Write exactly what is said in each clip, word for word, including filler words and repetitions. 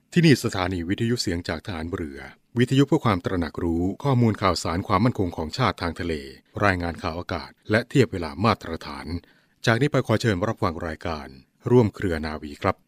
ที่นี่สถานีวิทยุเสียงจากทหารเรือวิทยุเพื่อความตระหนักรู้ข้อมูลข่าวสารความมั่นคงของชาติทางทะเลรายงานข่าวอากาศและเทียบเวลามาตรฐานจากนี้ไปขอเชิญรับฟังรายการร่วมเครือนาวีครับ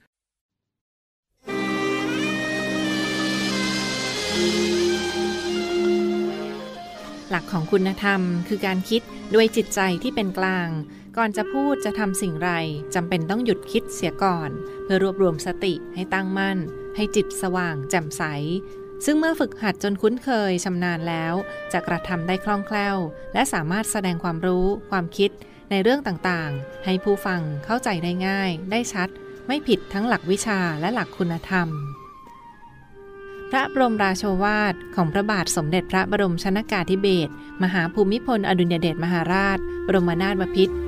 หลักของคุณธรรมคือการคิดด้วยจิตใจที่เป็นกลางก่อนจะพูดจะทำสิ่งไรจำเป็นต้องหยุดคิดเสียก่อนเพื่อรวบรวมสติให้ตั้งมั่นให้จิตสว่างแจ่มใสซึ่งเมื่อฝึกหัดจนคุ้นเคยชำนาญแล้วจะกระทำได้คล่องแคล่วและสามารถแสดงความรู้ความคิดในเรื่องต่างๆให้ผู้ฟังเข้าใจได้ง่ายได้ชัดไม่ผิดทั้งหลักวิชาและหลักคุณธรรมพระบรมราโชวาทของพระบาทสมเด็จพระบรมชนกาธิเบศรมหาภูมิพลอดุลยเดชมหาราชบรมนาถบพิตร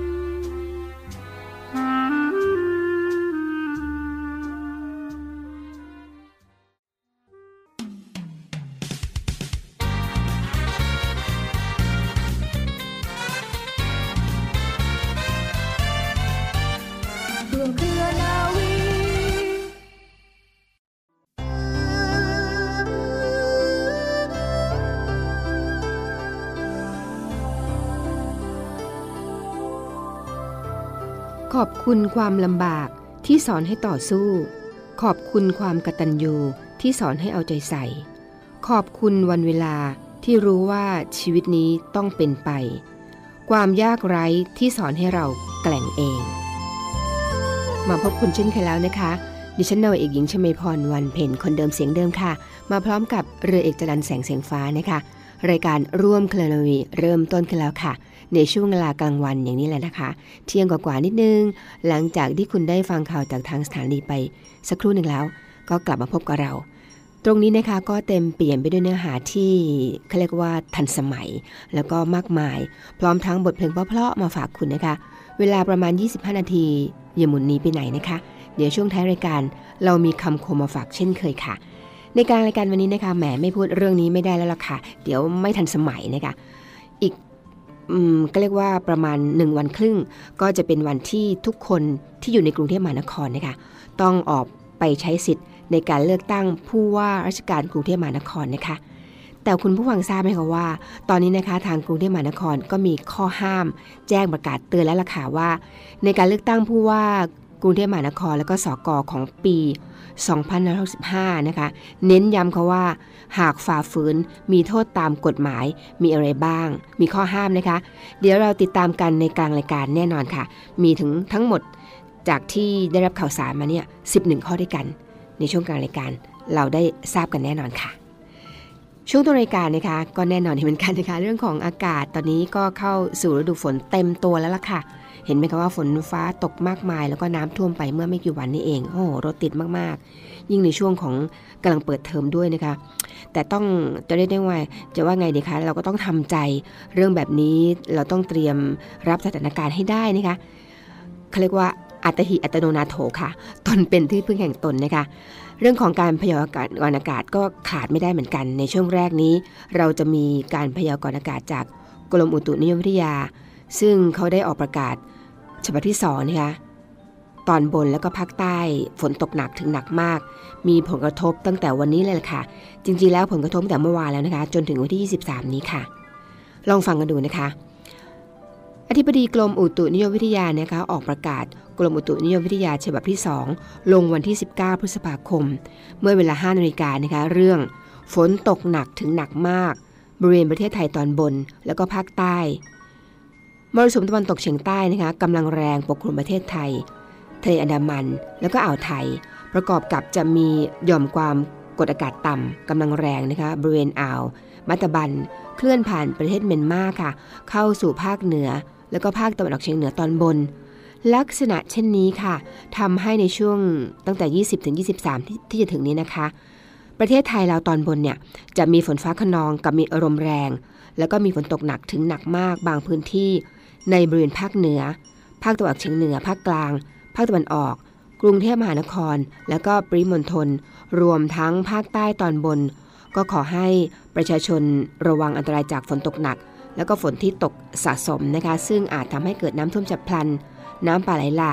ขอบคุณความลำบากที่สอนให้ต่อสู้ขอบคุณความกตัญญูที่สอนให้เอาใจใส่ขอบคุณวันเวลาที่รู้ว่าชีวิตนี้ต้องเป็นไปความยากไร้ที่สอนให้เราแกล่งเองมาพบคุณเช่นเคยแล้วนะคะดิฉันนาวาเอกหญิงชมาพรวันเพ็ญคนเดิมเสียงเดิมค่ะมาพร้อมกับเรือเอกจรัญแสงเสียงฟ้านะคะรายการร่วมเครือนาวีเริ่มต้นขึ้นแล้วค่ะในช่วงเวลากลางวันอย่างนี้แหละนะคะเที่ยงกว่าๆนิดนึงหลังจากที่คุณได้ฟังข่าวจากทางสถานีไปสักครู่หนึ่งแล้วก็กลับมาพบกับเราตรงนี้นะคะก็เต็มเปี่ยมไปด้วยเนื้อหาที่เขาเรียกว่าทันสมัยแล้วก็มากมายพร้อมทั้งบทเพลงเพราะๆมาฝากคุณนะคะเวลาประมาณยี่สิบห้านาทีอย่าหมุนหนีไปไหนนะคะเดี๋ยวช่วงท้ายรายการเรามีคำคมมาฝากเช่นเคยค่ะในการรายการวันนี้นะคะแหมไม่พูดเรื่องนี้ไม่ได้แล้วล่ะค่ะเดี๋ยวไม่ทันสมัยนะคะอีกอืมก็เรียกว่าประมาณหนึ่งวันครึ่งก็จะเป็นวันที่ทุกคนที่อยู่ในกรุงเทพมหานครนะคะต้องออกไปใช้สิทธิ์ในการเลือกตั้งผู้ว่าราชการกรุงเทพมหานครนะคะแต่คุณผู้ฟังทราบไหมคะว่าตอนนี้นะคะทางกรุงเทพมหานครก็มีข้อห้ามแจ้งประกาศเตือนแล้วล่ะค่ะว่าในการเลือกตั้งผู้ว่ากรุงเทพมหานครแล้วก็สก.ของปีสองพันห้าร้อยหกสิบห้านะคะเน้นย้ำค่ะว่าหากฝ่าฝืนมีโทษตามกฎหมายมีอะไรบ้างมีข้อห้ามนะคะเดี๋ยวเราติดตามกันในกลางรายการแน่นอนค่ะมีถึงทั้งหมดจากที่ได้รับข่าวสารมาเนี่ยสิบเอ็ดข้อด้วยกันในช่วงกลางรายการเราได้ทราบกันแน่นอนค่ะช่วงต้นรายการนะคะก็แน่นอนเหมือนกันนะคะเรื่องของอากาศตอนนี้ก็เข้าสู่ฤดูฝนเต็มตัวแล้วล่ะค่ะเห็นไหมคะว่าฝนฟ้าตกมากมายแล้วก็น้ำท่วมไปเมื่อไม่กี่วันนี้เองโอ้โหรถติดมากๆยิ่งในช่วงของกำลังเปิดเทอมด้วยนะคะแต่ต้องจะเรียกได้ว่าจะว่าไงดีคะเราก็ต้องทำใจเรื่องแบบนี้เราต้องเตรียมรับสถานการณ์ให้ได้นะคะเขาเรียกว่าอัตหิอัตโนนาโถค่ะตนเป็นที่พึ่งแห่งตนนะคะเรื่องของการพยากรณ์อากาศก็ขาดไม่ได้เหมือนกันในช่วงแรกนี้เราจะมีการพยากรณ์อากาศจากกรมอุตุนิยมวิทยาซึ่งเขาได้ออกประกาศฉบับที่สองนะคะตอนบนแล้วก็ภาคใต้ฝนตกหนักถึงหนักมากมีผลกระทบตั้งแต่วันนี้เลยค่ะจริงๆแล้วผลกระทบตั้งแต่เมื่อวานแล้วนะคะจนถึงวันที่ยี่สิบสามนี้ค่ะลองฟังกันดูนะคะอธิบดีกรมอุตุนิยมวิทยานะคะออกประกาศกรมอุตุนิยมวิทยาฉบับที่สองลงวันที่สิบเก้าพฤษภาคมเมื่อเวลา ห้านาฬิกานะคะเรื่องฝนตกหนักถึงหนักมากบริเวณประเทศไทยตอนบนแล้วก็ภาคใต้มรสุมตะวันตกเฉียงใต้นะคะกำลังแรงปกคลุมประเทศไทยทะเลอันดามันแล้วก็อ่าวไทยประกอบกับจะมีหย่อมความกดอากาศต่ำกำลังแรงนะคะบริเวณอ่าวมัตตบันเคลื่อนผ่านประเทศเมียนมาค่ะเข้าสู่ภาคเหนือแล้วก็ภาคตะวันออกเฉียงเหนือตอนบนลักษณะเช่นนี้ค่ะทำให้ในช่วงตั้งแต่ยี่สิบถึงยี่สิบสามที่ที่จะถึงนี้นะคะประเทศไทยเราตอนบนเนี่ยจะมีฝนฟ้าคะนองกับมีลมแรงแล้วก็มีฝนตกหนักถึงหนักมากบางพื้นที่ในบริเวณภาคเหนือภาคตะวันออกเฉียงเหนือภาคกลางภาคตะวันออกกรุงเทพมหานครแล้วก็ปริมณฑลรวมทั้งภาคใต้ตอนบนก็ขอให้ประชาชนระวังอันตรายจากฝนตกหนักแล้วก็ฝนที่ตกสะสมนะคะซึ่งอาจทำให้เกิดน้ำท่วมฉับพลันน้ำป่าไหลหลาก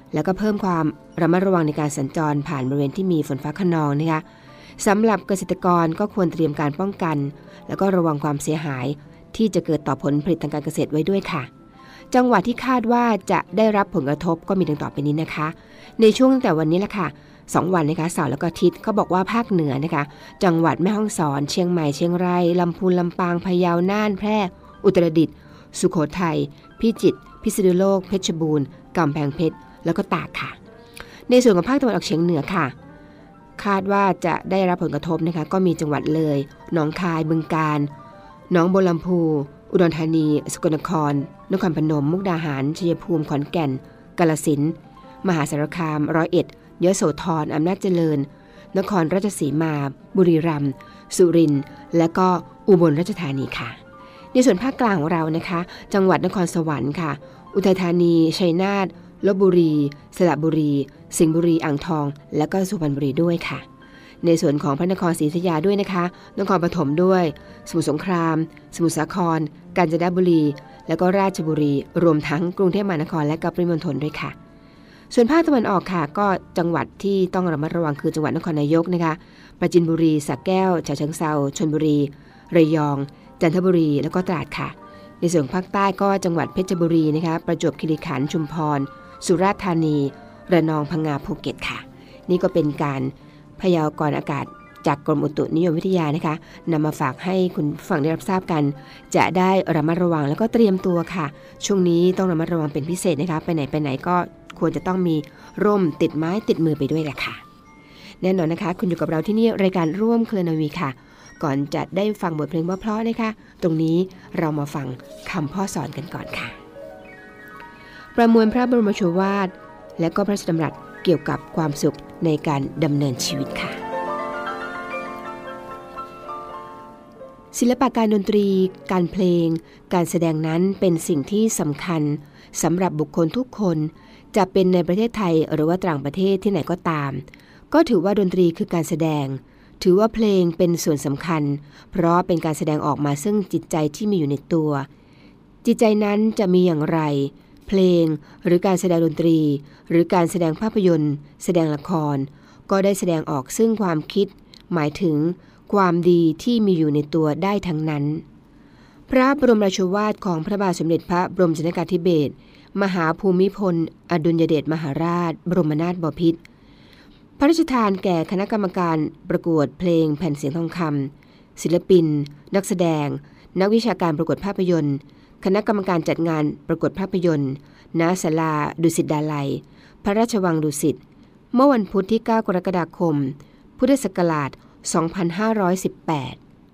แล้วก็เพิ่มความระมัดระวังในการสัญจรผ่านบริเวณที่มีฝนฟ้าคะนองนะคะสำหรับเกษตรกรก็ควรเตรียมการป้องกันแล้วก็ระวังความเสียหายที่จะเกิดต่อผลผลิตทางการเกษตรไว้ด้วยค่ะจังหวัดที่คาดว่าจะได้รับผลกระทบก็มีดังต่อไปนี้นะคะในช่วงตั้งแต่วันนี้แหละค่ะสองวันนะคะเสาร์แล้วก็อาทิตย์เขาบอกว่าภาคเหนือนะคะจังหวัดแม่ฮ่องสอนเชียงใหม่เชียงรายลำพูนลำปางพะเยาน่านแพร่อุตรดิตถ์สุโขทัยพิจิตรพิษณุโลกเพชรบูรณ์กำแพงเพชรแล้วก็ตากค่ะในส่วนของภาคตะวันออกเฉียงเหนือค่ะคาดว่าจะได้รับผลกระทบนะคะก็มีจังหวัดเลยหนองคายบึงกาฬหนองบัวลำพูอุดรธานีสกลนครนครพนมมุกดาหารชัยภูมิขอนแก่นกาฬสินธุ์มหาสารคามร้อยเอ็ดยโสธรอำนาจเจริญนครราชสีมาบุรีรัมย์สุรินทร์และก็อุบลราชธานีค่ะในส่วนภาคกลางของเรานะคะจังหวัดนครสวรรค์ค่ะอุทัยธานีชัยนาทลพบุรีสระบุรีสิงห์บุรีอ่างทองและก็สุพรรณบุรีด้วยค่ะในส่วนของพระนครศรีอยุธยาด้วยนะคะนครปฐมด้วยสมุทรสงครามสมุทรสาครกาญจนบุรีและก็ราชบุรีรวมทั้งกรุงเทพมหานครและก็ปริมณฑลด้วยค่ะส่วนภาคตะวันออกค่ะก็จังหวัดที่ต้องระมัดระวังคือจังหวัดนครนายกนะคะปราจีนบุรีสระแก้วฉะเชิงเทราชลบุรีระยองจันทบุรีแล้วก็ตราดค่ะในส่วนภาคใต้ก็จังหวัดเพชรบุรีนะคะประจวบคีรีขันธ์ชุมพรสุราษฎร์ธานีระนองพังงาภูเก็ตค่ะนี่ก็เป็นการพยากรณ์อากาศจากกรมอุตุนิยมวิทยานะคะนำมาฝากให้คุณฟังได้รับทราบกันจะได้ระมัดระวังแล้วก็เตรียมตัวค่ะช่วงนี้ต้องระมัดระวังเป็นพิเศษนะคะไปไหนไปไหนก็ควรจะต้องมีร่มติดไม้ติดมือไปด้วยแหละค่ะแน่นอนนะคะคุณอยู่กับเราที่นี่รายการร่วมเครือนาวีค่ะก่อนจะได้ฟังบทเพลงเพราะๆนะคะตรงนี้เรามาฟังคำพ่อสอนกันก่อนค่ะประมวลพระบรมโชวาทและก็พระราชดำรัสเกี่ยวกับความสุขในการดำเนินชีวิตค่ะศิลปะการดนตรีการเพลงการแสดงนั้นเป็นสิ่งที่สำคัญสำหรับบุคคลทุกคนจะเป็นในประเทศไทยหรือว่าต่างประเทศที่ไหนก็ตามก็ถือว่าดนตรีคือการแสดงถือว่าเพลงเป็นส่วนสำคัญเพราะเป็นการแสดงออกมาซึ่งจิตใจที่มีอยู่ในตัวจิตใจนั้นจะมีอย่างไรเพลงหรือการแสดงดนตรีหรือการแสดงภาพยนตร์แสดงละครก็ได้แสดงออกซึ่งความคิดหมายถึงความดีที่มีอยู่ในตัวได้ทั้งนั้นพระบรมราโชวาทของพระบาทสมเด็จพระบรมชนกาธิเบศรมหาภูมิพลอดุลยเดชมหาราชบรมนาถบพิตรพระราชทานแก่คณะกรรมการประกวดเพลงแผ่นเสียงทองคำศิลปินนักแสดงนักวิชาการประกวดภาพยนตร์คณะกรรมการจัดงานประกวดภาพยนตร์ณศาลาดุสิตดาลัยพระราชวังดุสิตเมื่อวันพุธที่เก้ากรกฎาคมพุทธศักราชสองพันห้าร้อยสิบแปด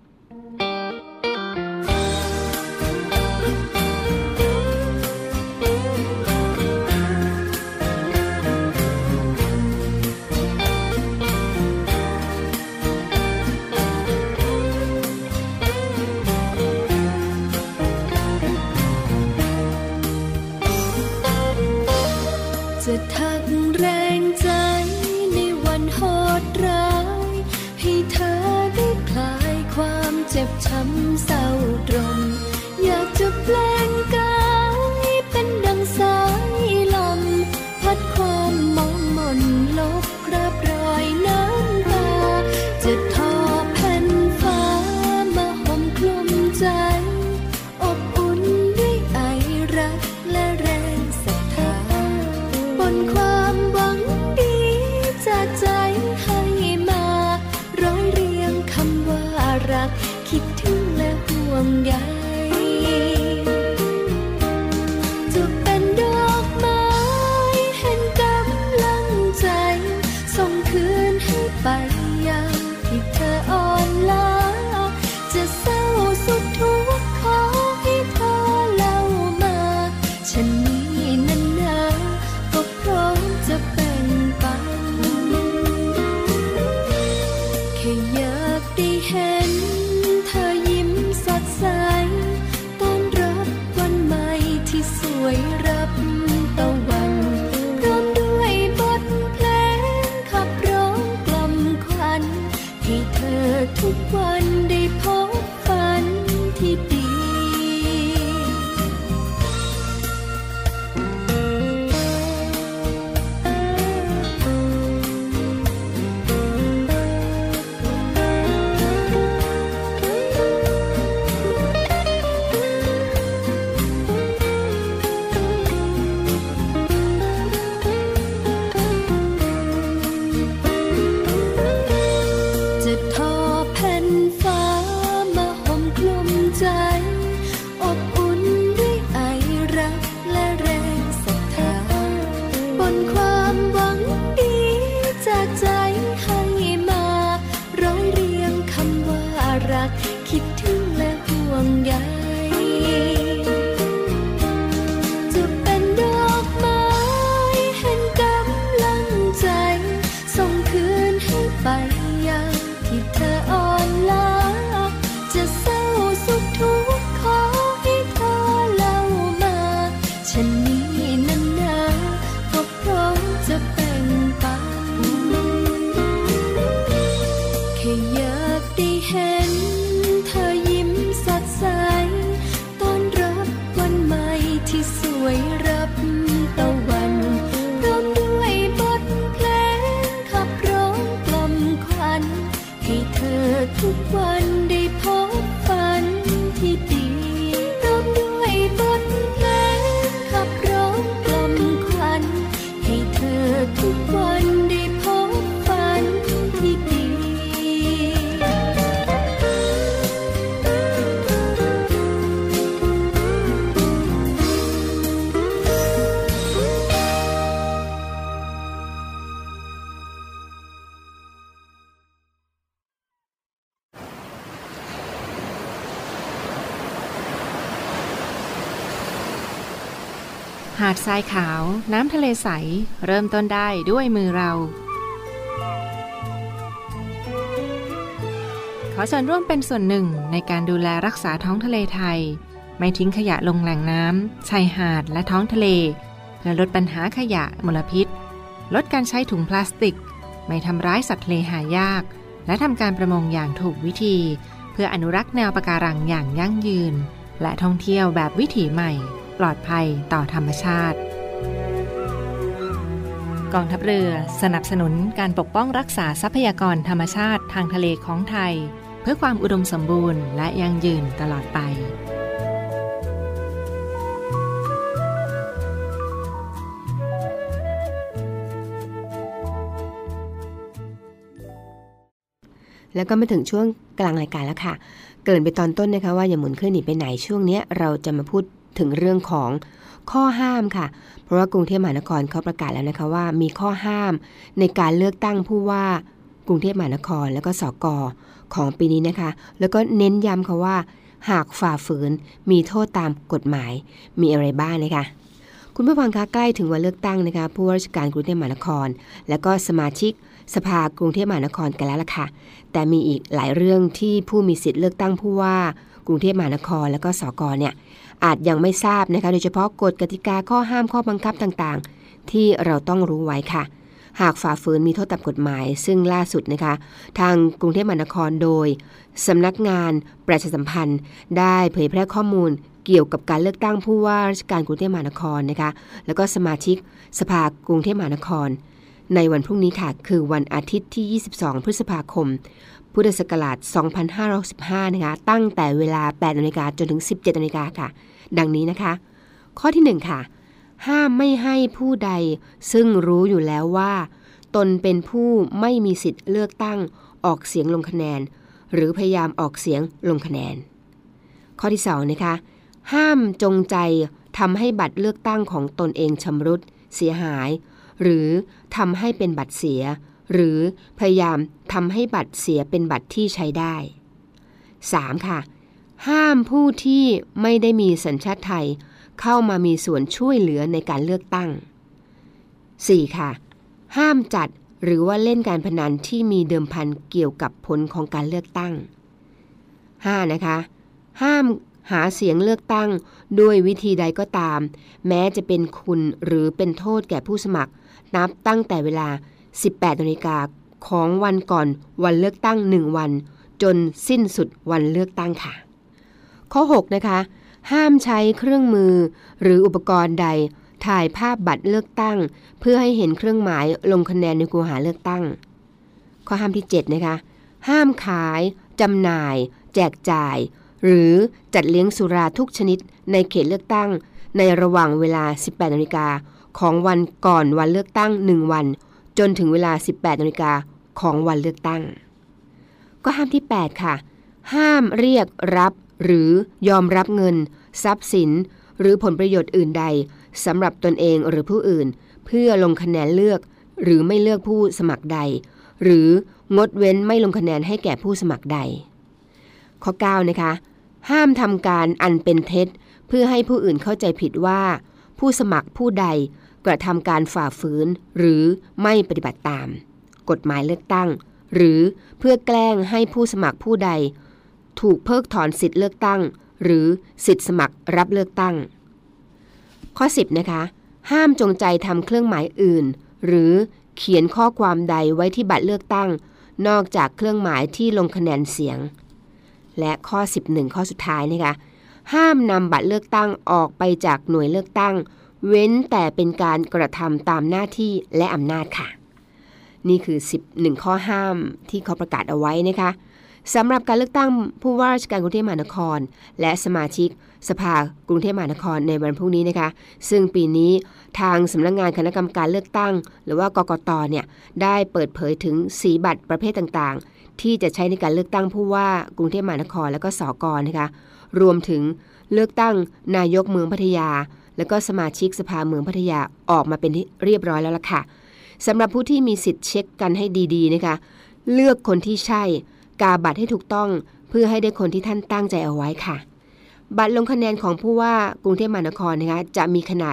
จะทักแรงใจในวันโหดร้ายให้เธอได้คลายความเจ็บช้ำเศร้าตรมอยากจะแปลงกายเป็นดังสายลมพัดความมองมนลบคราบรอยน้ำตาจะทอแผ่นฟ้ามาห่มคลุมใจอบอุ่นด้วยไอรักและแรงศรัทธาบนความหวังดีจากใจให้มาร้อยเรียงคำว่ารักคิดถึงและห่วงใยจะเป็นดอกไม้แห่งกำลังใจส่งคืนให้ไปยังที่เธออ่อนล้าจะเศร้าสุดทุกข์ขอให้เธอเล่ามาฉันนี้นั้นนะก็พร้อมจะแบ่งปันแค่อยากได้เห็นเธอยิ้มสดใสหาดทรายขาวน้ำทะเลใสเริ่มต้นได้ด้วยมือเราขอส่วนร่วมเป็นส่วนหนึ่งในการดูแลรักษาท้องทะเลไทยไม่ทิ้งขยะลงแหล่งน้ำชายหาดและท้องทะเลเพื่อลดปัญหาขยะมลพิษลดการใช้ถุงพลาสติกไม่ทำร้ายสัตว์ทะเลหายากและทำการประมงอย่างถูกวิธีเพื่ออนุรักษ์แนวปะการังอย่างยั่งยืนและท่องเที่ยวแบบวิถีใหม่ปลอดภัยต่อธรรมชาติกองทัพเรือสนับสนุนการปกป้องรักษาทรัพยากรธรรมชาติทางทะเลของไทยเพื่อความอุดมสมบูรณ์และยั่งยืนตลอดไปแล้วก็มาถึงช่วงกลางรายการแล้วค่ะเกริ่นไปตอนต้นนะคะว่าอย่าหมุนเครื่องหนีไปไหนช่วงนี้เราจะมาพูดถึงเรื่องของข้อห้ามค่ะเพราะว่ากรุงเทพมหานครเขาประกาศแล้วนะคะว่ามีข้อห้ามในการเลือกตั้งผู้ว่ากรุงเทพมหานครแล้วก็สก.ของปีนี้นะคะแล้วก็เน้นย้ำค่ะว่าหากฝ่าฝืนมีโทษตามกฎหมายมีอะไรบ้างนะคะคุณผู้ฟังคะใกล้ถึงวันเลือกตั้งนะคะผู้ว่าราชการกรุงเทพมหานครและก็สมาชิกสภากรุงเทพมหานครกันแล้วล่ะค่ะแต่มีอีกหลายเรื่องที่ผู้มีสิทธิ์เลือกตั้งผู้ว่ากรุงเทพมหานครและก็สก.เนี่ยอาจยังไม่ทราบนะคะโดยเฉพาะกฎกติกาข้อห้ามข้อบังคับต่างๆที่เราต้องรู้ไว้ค่ะหากฝ่าฝืนมีโทษตามกฎหมายซึ่งล่าสุดนะคะทางกรุงเทพมหานครโดยสำนักงานประชาสัมพันธ์ได้เผยแพร่ข้อมูลเกี่ยวกับการเลือกตั้งผู้ว่าราชการกรุงเทพมหานครนะคะแล้วก็สมาชิกสภากรุงเทพมหานครในวันพรุ่งนี้ค่ะคือวันอาทิตย์ที่ยี่สิบสองพฤษภาคมพุทธศักราชสองพันห้าร้อยหกสิบห้านะคะตั้งแต่เวลา แปดนาฬิกา จนถึง สิบเจ็ดนาฬิกาค่ะดังนี้นะคะข้อที่หนึ่งค่ะห้ามไม่ให้ผู้ใดซึ่งรู้อยู่แล้วว่าตนเป็นผู้ไม่มีสิทธิ์เลือกตั้งออกเสียงลงคะแนนหรือพยายามออกเสียงลงคะแนนข้อที่สองนะคะห้ามจงใจทำให้บัตรเลือกตั้งของตนเองชำรุดเสียหายหรือทำให้เป็นบัตรเสียหรือพยายามทำให้บัตรเสียเป็นบัตรที่ใช้ได้สามค่ะห้ามผู้ที่ไม่ได้มีสัญชาติไทยเข้ามามีส่วนช่วยเหลือในการเลือกตั้งสี่ค่ะห้ามจัดหรือว่าเล่นการพนันที่มีเดิมพันเกี่ยวกับผลของการเลือกตั้งห้านะคะห้ามหาเสียงเลือกตั้งด้วยวิธีใดก็ตามแม้จะเป็นคุณหรือเป็นโทษแก่ผู้สมัครนับตั้งแต่เวลา สิบแปดนาฬิกาของวันก่อนวันเลือกตั้งหนึ่งวันจนสิ้นสุดวันเลือกตั้งค่ะข้อหกนะคะห้ามใช้เครื่องมือหรืออุปกรณ์ใดถ่ายภาพบัตรเลือกตั้งเพื่อให้เห็นเครื่องหมายลงคะแนนในคูหาเลือกตั้งข้อห้ามที่เจ็ดนะคะห้ามขายจำหน่ายแจกจ่ายหรือจัดเลี้ยงสุราทุกชนิดในเขตเลือกตั้งในระหว่างเวลา สิบแปดนาฬิกาของวันก่อนวันเลือกตั้งหนึ่งวันจนถึงเวลา สิบแปดนาฬิกาของวันเลือกตั้งข้อห้ามที่แปดค่ะห้ามเรียกรับหรือยอมรับเงินทรัพย์สินหรือผลประโยชน์อื่นใดสำหรับตนเองหรือผู้อื่นเพื่อลงคะแนนเลือกหรือไม่เลือกผู้สมัครใดหรืองดเว้นไม่ลงคะแนนให้แก่ผู้สมัครใดข้อเก้านะคะห้ามทำการอันเป็นเท็จเพื่อให้ผู้อื่นเข้าใจผิดว่าผู้สมัครผู้ใดกระทำการฝ่าฝืนหรือไม่ปฏิบัติตามกฎหมายเลือกตั้งหรือเพื่อแกล้งให้ผู้สมัครผู้ใดถูกเพิกถอนสิทธิ์เลือกตั้งหรือสิทธิ์สมัครรับเลือกตั้งข้อสิบนะคะห้ามจงใจทำเครื่องหมายอื่นหรือเขียนข้อความใดไว้ที่บัตรเลือกตั้งนอกจากเครื่องหมายที่ลงคะแนนเสียงและข้อสิบเอ็ดข้อสุดท้ายนะคะห้ามนำบัตรเลือกตั้งออกไปจากหน่วยเลือกตั้งเว้นแต่เป็นการกระทำตามหน้าที่และอำนาจค่ะนี่คือสิบเอ็ดข้อห้ามที่เขาประกาศเอาไว้นะคะสำหรับการเลือกตั้งผู้ว่าราชการกรุงเทพมหานครและสมาชิกสภากรุงเทพมหานครในวันพรุ่งนี้นะคะซึ่งปีนี้ทางสำนักงานคณะกรรมการเลือกตั้งหรือว่ากกต.เนี่ยได้เปิดเผยถึงสีบัตรประเภทต่างๆที่จะใช้ในการเลือกตั้งผู้ว่ากรุงเทพมหานครและก็สก.นะคะรวมถึงเลือกตั้งนายกเมืองพัทยาและก็สมาชิกสภาเมืองพัทยาออกมาเป็นที่เรียบร้อยแล้วล่ะค่ะสำหรับผู้ที่มีสิทธิ์เช็คกันให้ดีๆนะคะเลือกคนที่ใช่กาบัตรให้ถูกต้องเพื่อให้ได้คนที่ท่านตั้งใจเอาไว้ค่ะบัตรลงคะแนนของผู้ว่ากรุงเทพมหานครนะคะจะมีขนาด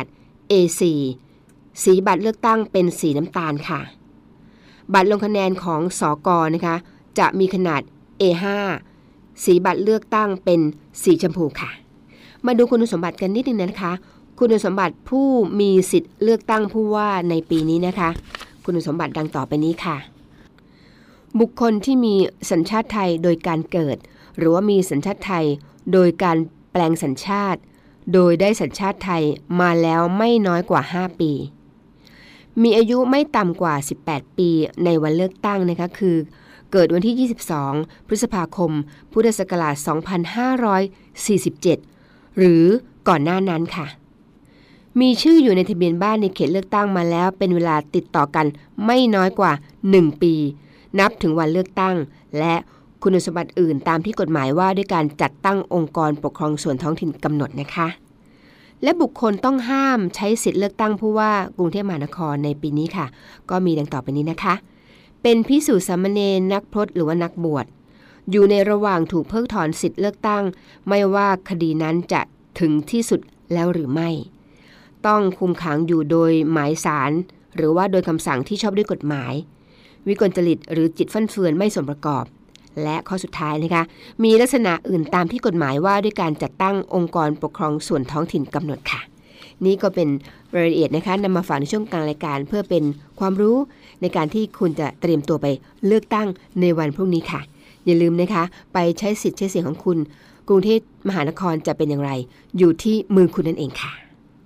เอ โฟร์ สีบัตรเลือกตั้งเป็นสีน้ำตาลค่ะบัตรลงคะแนนของสก.นะคะจะมีขนาด เอ ไฟว์ สีบัตรเลือกตั้งเป็นสีชมพูค่ะมาดูคุณสมบัติกันนิดนึงนะคะคุณสมบัติผู้มีสิทธิ์เลือกตั้งผู้ว่าในปีนี้นะคะคุณสมบัติดังต่อไปนี้ค่ะบุคคลที่มีสัญชาติไทยโดยการเกิดหรือว่ามีสัญชาติไทยโดยการแปลงสัญชาติโดยได้สัญชาติไทยมาแล้วไม่น้อยกว่าห้าปีมีอายุไม่ต่ำกว่าสิบแปดปีในวันเลือกตั้งนะคะคือเกิดวันที่ยี่สิบสองพฤษภาคมพุทธศักราชสองพันห้าร้อยสี่สิบเจ็ดหรือก่อนหน้านั้นค่ะมีชื่ออยู่ในทะเบียนบ้านในเขตเลือกตั้งมาแล้วเป็นเวลาติดต่อกันไม่น้อยกว่าหนึ่งปีนับถึงวันเลือกตั้งและคุณสมบัติอื่นตามที่กฎหมายว่าด้วยการจัดตั้งองค์กรปกครองส่วนท้องถิ่นกำหนดนะคะและบุคคลต้องห้ามใช้สิทธิเลือกตั้งผู้ว่ากรุงเทพมหานครในปีนี้ค่ะก็มีดังต่อไปนี้นะคะเป็นภิกษุสามเณรนักพรตหรือว่านักบวชอยู่ในระหว่างถูกเพิกถอนสิทธิเลือกตั้งไม่ว่าคดีนั้นจะถึงที่สุดแล้วหรือไม่ต้องคุมขังอยู่โดยหมายศาลหรือว่าโดยคำสั่งที่ชอบด้วยกฎหมายวิกลจริตหรือจิตฟั่นเฟือนไม่สมประกอบและข้อสุดท้ายนะคะมีลักษณะอื่นตามที่กฎหมายว่าด้วยการจัดตั้งองค์กรปกครองส่วนท้องถิ่นกำหนดค่ะนี่ก็เป็นรายละเอียดนะคะนำมาฝากในช่วงกลางรายการเพื่อเป็นความรู้ในการที่คุณจะเตรียมตัวไปเลือกตั้งในวันพรุ่งนี้ค่ะอย่าลืมนะคะไปใช้สิทธิ์ใช้เสียงของคุณกรุงเทพมหานครจะเป็นอย่างไรอยู่ที่มือคุณนั่นเองค่ะ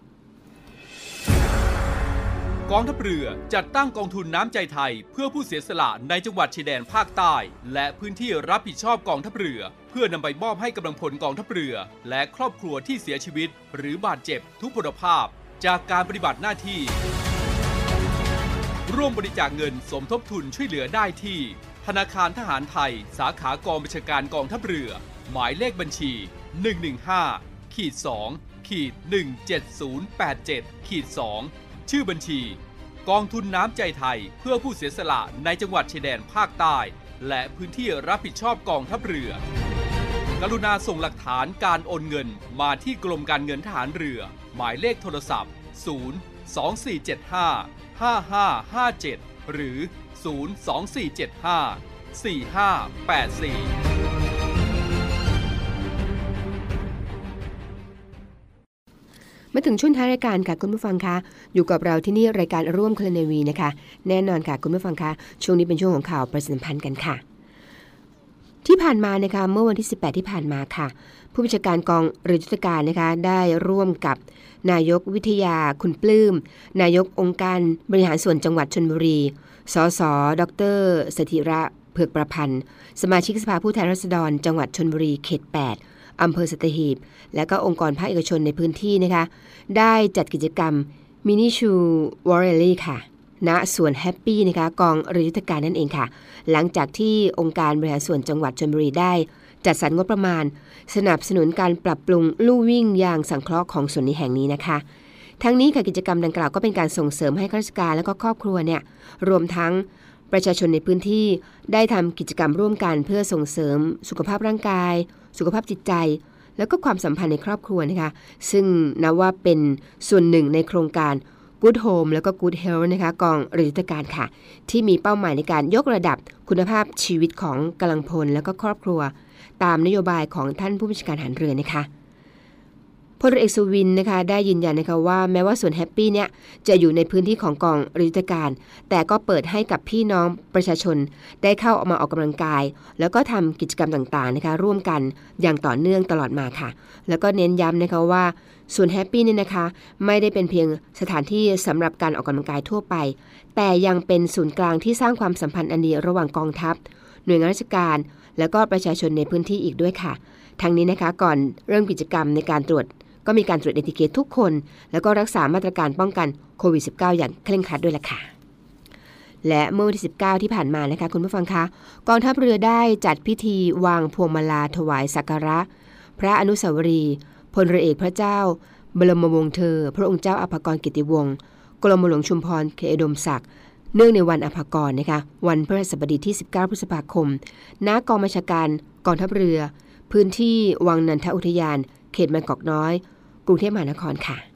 กองทัพเรือจัดตั้งกองทุนน้ำใจไทยเพื่อผู้เสียสละในจังหวัดชายแดนภาคใต้และพื้นที่รับผิดชอบกองทัพเรือเพื่อนำไปมอบให้กำลังพลกองทัพเรือและครอบครัวที่เสียชีวิตหรือบาดเจ็บทุกพลภาพจากการปฏิบัติหน้าที่ร่วมบริจาคเงินสมทบทุนช่วยเหลือได้ที่ธนาคารทหารไทยสาขากองบัญชาการกองทัพเรือหมายเลขบัญชี หนึ่ง หนึ่ง ห้า สอง หนึ่ง เจ็ด ศูนย์ แปด เจ็ด สองชื่อบัญชีกองทุนน้ำใจไทยเพื่อผู้เสียสละในจังหวัดชายแดนภาคใต้และพื้นที่รับผิดชอบกองทัพเรือกรุณาส่งหลักฐานการโอนเงินมาที่กรมการเงินทหารเรือหมายเลขโทรศัพท์ศูนย์ สอง สี่ เจ็ด ห้า ห้า ห้า ห้า เจ็ดหรือศูนย์ สอง สี่ เจ็ด ห้า สี่ ห้า แปด สี่มาถึงช่วงท้ายรายการค่ะคุณผู้ฟังคะอยู่กับเราที่นี่รายการร่วมคลเนวีนะคะแน่นอนค่ะคุณผู้ฟังคะช่วงนี้เป็นช่วงของข่าวประชาสัมพันธ์กันค่ะที่ผ่านมานะคะเมื่อวันที่สิบแปดที่ผ่านมาค่ะผู้บัญชาการกองเรือยุทธการนะคะได้ร่วมกับนายกวิทยาคุณปลื้มนายกองค์การบริหารส่วนจังหวัดชลบุรีสสดรสถิระเผือกประพันธ์สมาชิกสภาผู้แทนราษฎรจังหวัดชลบุรีเขตแปดอำเภอสัตหีบและก็องค์กรภาคเอกชนในพื้นที่นะคะได้จัดกิจกรรมมินิชูวอร์เรลลี่ค่ะณสวนแฮปปี้นะคะกองเรือยุทธการนั่นเองค่ะหลังจากที่องค์การบริหารส่วนจังหวัดชลบุรีได้จัดสรรงบประมาณสนับสนุนการปรับปรุงลู่วิ่งยางสังเคราะห์ของสวนนี้แห่งนี้นะคะทั้งนี้ค่ะกิจกรรมดังกล่าวก็เป็นการส่งเสริมให้ข้าราชการและก็ครอบครัวเนี่ยรวมทั้งประชาชนในพื้นที่ได้ทำกิจกรรมร่วมกันเพื่อส่งเสริมสุขภาพร่างกายสุขภาพจิตใจแล้วก็ความสัมพันธ์ในครอบครัวนะคะซึ่งนับว่าเป็นส่วนหนึ่งในโครงการ Good Home แล้วก็ Good Health นะคะกองเรือยุทธการค่ะที่มีเป้าหมายในการยกระดับคุณภาพชีวิตของกำลังพลแล้วก็ครอบครัวตามนโยบายของท่านผู้บัญชาการทหารเรือนะคะพลเรือเอกสุวินนะคะได้ยืนยันนะคะว่าแม้ว่าสวนแฮปปี้เนี่ยจะอยู่ในพื้นที่ของกองเรือยุทธการแต่ก็เปิดให้กับพี่น้องประชาชนได้เข้าออกมาออกกำลังกายแล้วก็ทำกิจกรรมต่างๆนะคะร่วมกันอย่างต่อเนื่องตลอดมาค่ะแล้วก็เน้นย้ำนะคะว่าสวนแฮปปี้เนี่ยนะคะไม่ได้เป็นเพียงสถานที่สำหรับการออกกำลังกายทั่วไปแต่ยังเป็นศูนย์กลางที่สร้างความสัมพันธ์อันดีระหว่างกองทัพหน่วยงานราชการแล้วก็ประชาชนในพื้นที่อีกด้วยค่ะทั้งนี้นะคะก่อนเริ่มกิจกรรมในการตรวจก็มีการตรวจเอทีเคทุกคนแล้วก็รักษามาตรการป้องกันโควิด สิบเก้า อย่างเคร่งครัดด้วยล่ะค่ะและเมื่อวันที่สิบเก้าที่ผ่านมานะคะคุณผู้ฟังคะกองทัพเรือได้จัดพิธีวางพวงมาลาถวายสักการะพระอนุสาวรีย์พลเรือเอกพระเจ้าบรมวงศ์เธอพระองค์เจ้าอภากรกิติวงศ์กรมหลวงชุมพรเขตอุดมศักดิ์เนื่องในวันอภากรนะคะวันพฤหัสบดีที่สิบเก้าพฤษภาคมณกองบัญชาการกองทัพเรือพื้นที่วังนันทอุทยานเขตบางกอกน้อยกรุงเทพมหานครค่ะ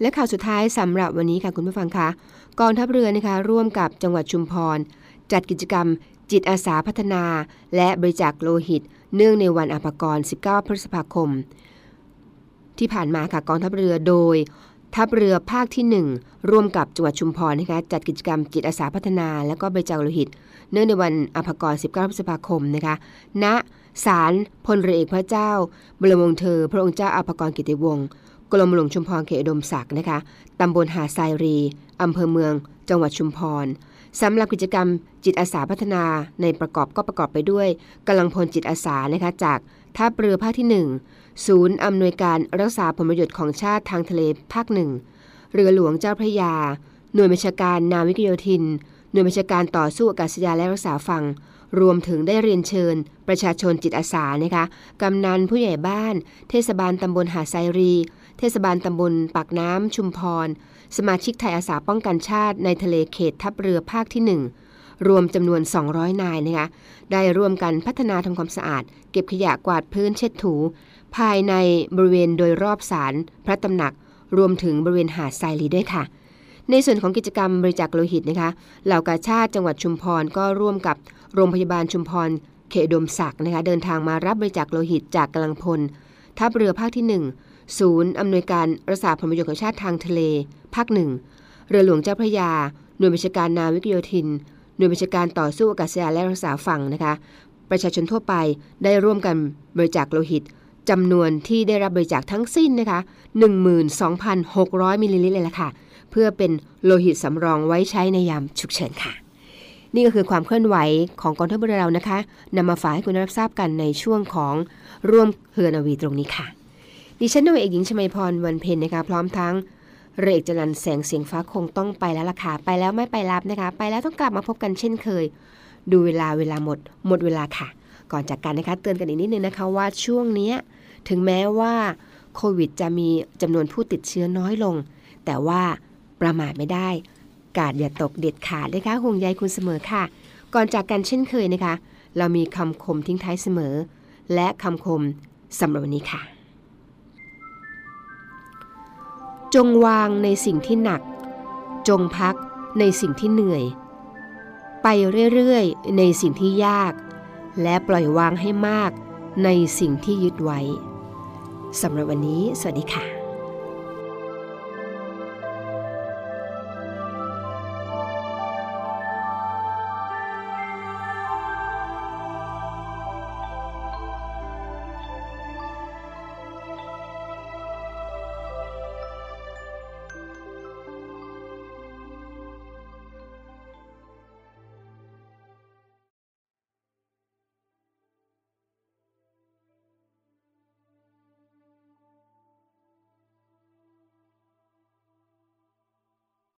และข่าวสุดท้ายสำหรับวันนี้ค่ะคุณผู้ฟังคะกองทัพเรือนะคะร่วมกับจังหวัดชุมพรจัดกิจกรรมจิตอาสาพัฒนาและบริจาคโลหิตเนื่องในวันอภากรสิบเก้าพฤษภาคมที่ผ่านมาค่ะกองทัพเรือโดยทัพเรือภาคที่หนึ่งร่วมกับจังหวัดชุมพรนะคะจัดกิจกรรมจิตอาสาพัฒนาและก็บริจาคโลหิตเนื่องในวันอภากรสิบเก้าพฤษภาคมนะคะณศาลพลเรือเอกพระเจ้าบรมวงศ์เธอพระองค์เจ้าอภากรกิติวงศ์กรมหลวงชุมพรเขตอุดมศักดิ์นะคะตำบลหาดทรายรีอำเภอเมืองจังหวัดชุมพรสำหรับกิจกรรมจิตอาสาพัฒนาในประกอบก็ประกอบไปด้วยกำลังพลจิตอาสานะคะจากทัพเรือภาคที่หนึ่งศูนย์อำนวยการรักษาผลประโยชน์ของชาติทางทะเลภาคหนึ่งเรือหลวงเจ้าพระยาหน่วยบัญชาการนาวิกโยธินหน่วยบัญชาการต่อสู้อากาศยานและรักษาฝั่งรวมถึงได้เรียนเชิญประชาชนจิตอาสานะคะกำนันผู้ใหญ่บ้านเทศบาลตำบลหาดทรายรีเทศบาลตำบลปากน้ำชุมพรสมาชิกไทยอาสาป้องกันชาติในทะเลเขตทัพเรือภาคที่หนึ่งรวมจำนวนสองร้อยนายนะคะได้ร่วมกันพัฒนาทำความสะอาดเก็บขยะกวาดพื้นเช็ดถูภายในบริเวณโดยรอบศาลพระตำหนักรวมถึงบริเวณหาดทรายรีด้วยค่ะในส่วนของกิจกรรมบริจาคโลหิตนะคะเหล่ากาชาติจังหวัดชุมพรก็ร่วมกับโรงพยาบาลชุมพรเขตอุดมศักดิ์นะคะเดินทางมารับบริจาคโลหิตจากกำลังพลทัพเรือภาคที่หนึ่งศูนย์อำนวยการรักษาผลประโยชน์ของชาติทางทะเลภาคหนึ่งเรือหลวงเจ้าพระยาหน่วยบัญชาการนาวิกโยธินหน่วยบัญชาการต่อสู้อากาศยานและรักษาฝั่งนะคะประชาชนทั่วไปได้ร่วมกันบริจาคโลหิตจำนวนที่ได้รับบริจาคทั้งสิ้นนะคะ หนึ่งหมื่นสองพันหกร้อย มิลลิลิตรเลยล่ะค่ะเพื่อเป็นโลหิตสำรองไว้ใช้ในยามฉุกเฉินค่ะนี่ก็คือความเคลื่อนไหวของกองทัพเรือเรานะคะนำมาฝากให้คุณรับทราบกันในช่วงของร่วมเฮือนาวีตรงนี้ค่ะดิฉันนาวาเอกหญิงชมัยพรวันเพ็ญนะคะพร้อมทั้งเรือเอกจรัญแสงเสียงฟ้าคงต้องไปแล้วล่ะค่ะไปแล้วไม่ไปรับนะคะไปแล้วต้องกลับมาพบกันเช่นเคยดูเวลาเวลาหมดหมดเวลาค่ะก่อนจากกันนะคะเตือนกันอีกนิดนึงนะคะว่าช่วงนี้ถึงแม้ว่าโควิดจะมีจำนวนผู้ติดเชื้อน้อยลงแต่ว่าประมาทไม่ได้กาดอย่าตกเด็ดขาดนะคะห่วงใยคุณเสมอค่ะก่อนจากกันเช่นเคยนะคะเรามีคำคมทิ้งท้ายเสมอและคำคมสำหรับวันนี้ค่ะจงวางในสิ่งที่หนักจงพักในสิ่งที่เหนื่อยไปเรื่อยๆในสิ่งที่ยากและปล่อยวางให้มากในสิ่งที่ยึดไว้สำหรับวันนี้สวัสดีค่ะ